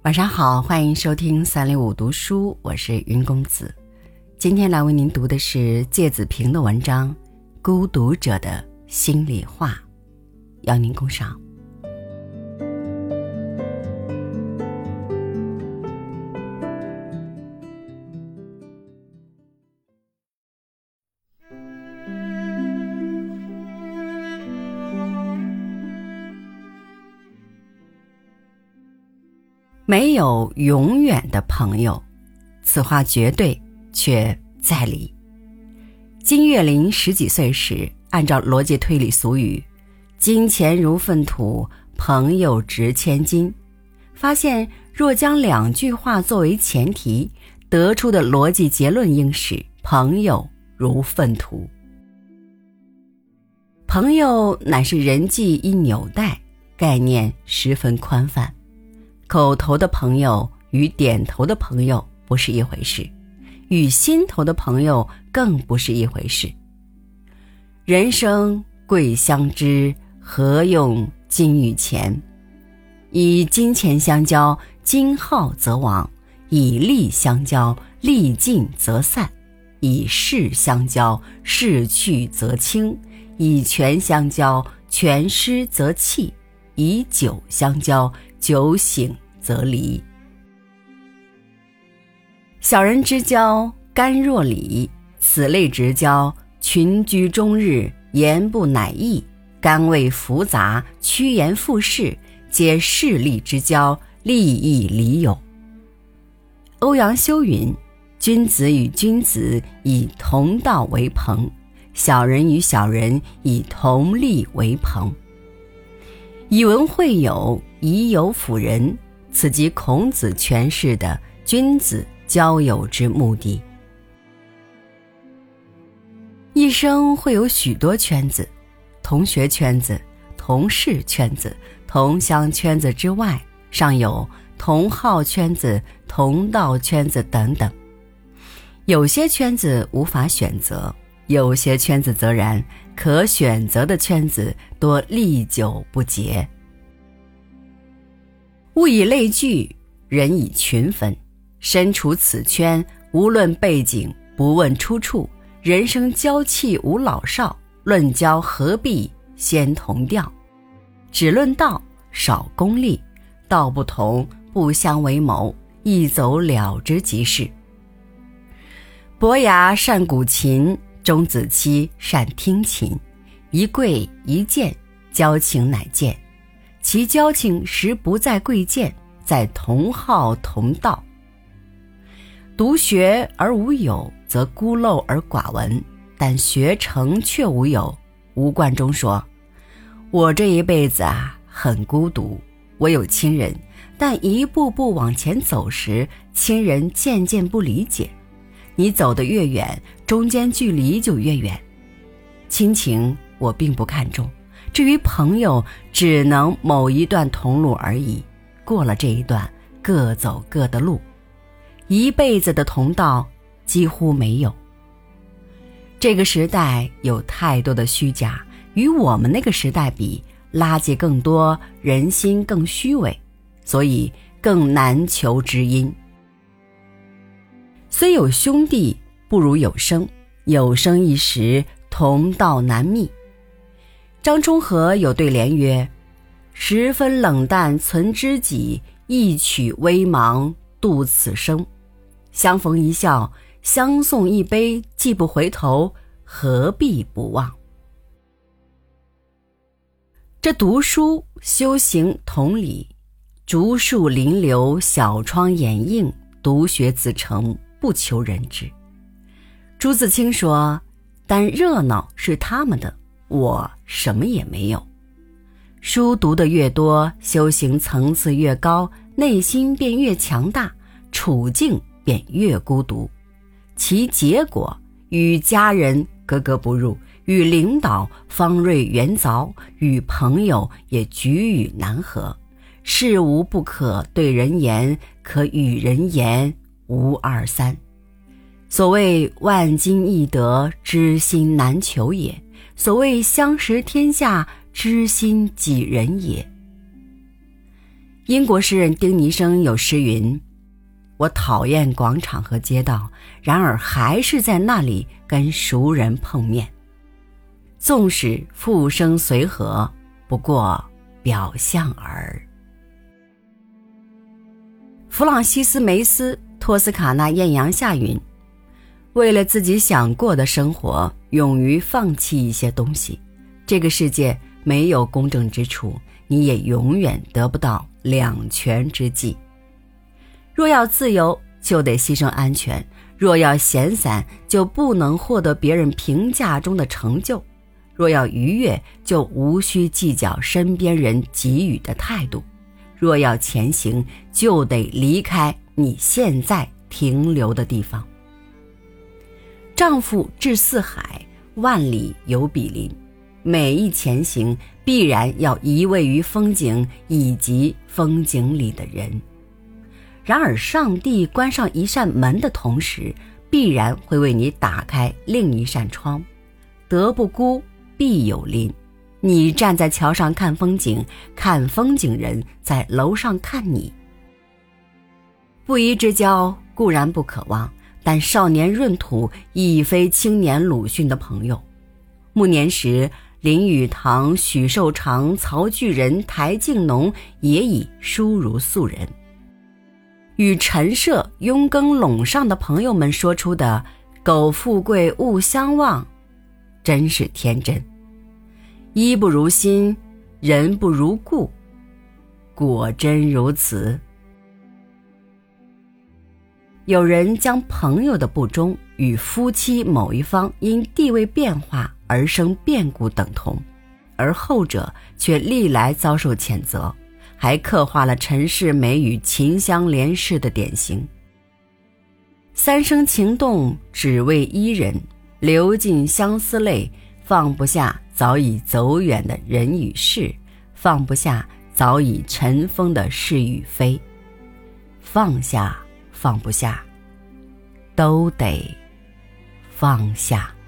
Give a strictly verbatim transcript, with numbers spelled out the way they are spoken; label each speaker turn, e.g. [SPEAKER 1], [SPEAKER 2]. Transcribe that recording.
[SPEAKER 1] 晚上好，欢迎收听三六五读书，我是云公子。今天来为您读的是芥子平的文章《孤独者的心里话》，邀您共赏。没有永远的朋友，此话绝对，却在理。金岳霖十几岁时，按照逻辑推理俗语金钱如粪土，朋友值千金，发现若将两句话作为前提，得出的逻辑结论应是朋友如粪土。朋友乃是人际一纽带，概念十分宽泛，口头的朋友与点头的朋友不是一回事，与心头的朋友更不是一回事。人生贵相知，何用金与钱？以金钱相交，金耗则亡；以利相交，利尽则散；以势相交，势去则清；以权相交，权失则弃；以酒相交，酒醒则离。小人之交，甘若醴；此类直交，群居终日，言不乃意，甘味复杂，趋炎附势，皆势利之交，利益离友。欧阳修云：君子与君子以同道为朋，小人与小人以同利为朋。以文会友，以友辅仁，此即孔子诠释的君子交友之目的。一生会有许多圈子，同学圈子、同事圈子、同乡圈子之外，尚有同好圈子、同道圈子等等。有些圈子无法选择，有些圈子则然，可选择的圈子多历久不竭。物以类聚，人以群分，身处此圈，无论背景，不问出处，人生交契无老少，论交何必先同调？只论道，少功利，道不同，不相为谋，一走了之即是。伯牙善鼓琴，钟子期善听琴，一贵一贱，交情乃见。其交情实不在贵贱，在同好同道。独学而无友，则孤陋而寡闻，但学成却无友。吴冠中说：我这一辈子啊，很孤独，我有亲人，但一步步往前走时，亲人渐渐不理解，你走得越远，中间距离就越远。亲情我并不看重，至于朋友，只能某一段同路而已，过了这一段，各走各的路，一辈子的同道几乎没有。这个时代有太多的虚假，与我们那个时代比，垃圾更多，人心更虚伪，所以更难求知音。虽有兄弟，不如有生，有生一时，同道难觅。张充和有对联曰：十分冷淡存知己，一曲微茫度此生。相逢一笑，相送一杯，既不回头，何必不忘？这读书修行同理，竹树临流，小窗掩映，独学自成，不求人知。朱自清说：但热闹是他们的，我什么也没有。书读得越多，修行层次越高，内心便越强大，处境便越孤独。其结果与家人格格不入，与领导方锐圆凿，与朋友也举语难合。事无不可对人言，可与人言无二三。所谓万金易得，知心难求也；所谓相识天下，知心几人也。 英国诗人丁尼生有诗云：我讨厌广场和街道，然而还是在那里跟熟人碰面。纵使复生随和，不过表象耳。弗朗西斯梅斯托斯卡纳艳阳下云：为了自己想过的生活，勇于放弃一些东西。这个世界没有公正之处，你也永远得不到两全之计。若要自由，就得牺牲安全；若要闲散，就不能获得别人评价中的成就；若要愉悦，就无需计较身边人给予的态度；若要前行，就得离开你现在停留的地方。丈夫至四海，万里有比邻。每一前行必然要移位于风景以及风景里的人。然而上帝关上一扇门的同时，必然会为你打开另一扇窗。德不孤，必有邻。你站在桥上看风景，看风景人在楼上看你。不义之交固然不可忘，但少年闰土亦非青年鲁迅的朋友。暮年时，林语堂、许寿裳、曹巨人、台静农也已疏如素人。与陈涉、庸耕陇上的朋友们说出的苟富贵勿相忘，真是天真。衣不如新，人不如故，果真如此。有人将朋友的不忠与夫妻某一方因地位变化而生变故等同，而后者却历来遭受谴责，还刻画了陈世美与秦香莲式的典型。三生情动只为一人，流尽相思泪，放不下早已走远的人与事，放不下早已尘封的是与非。放下放不下，都得放下。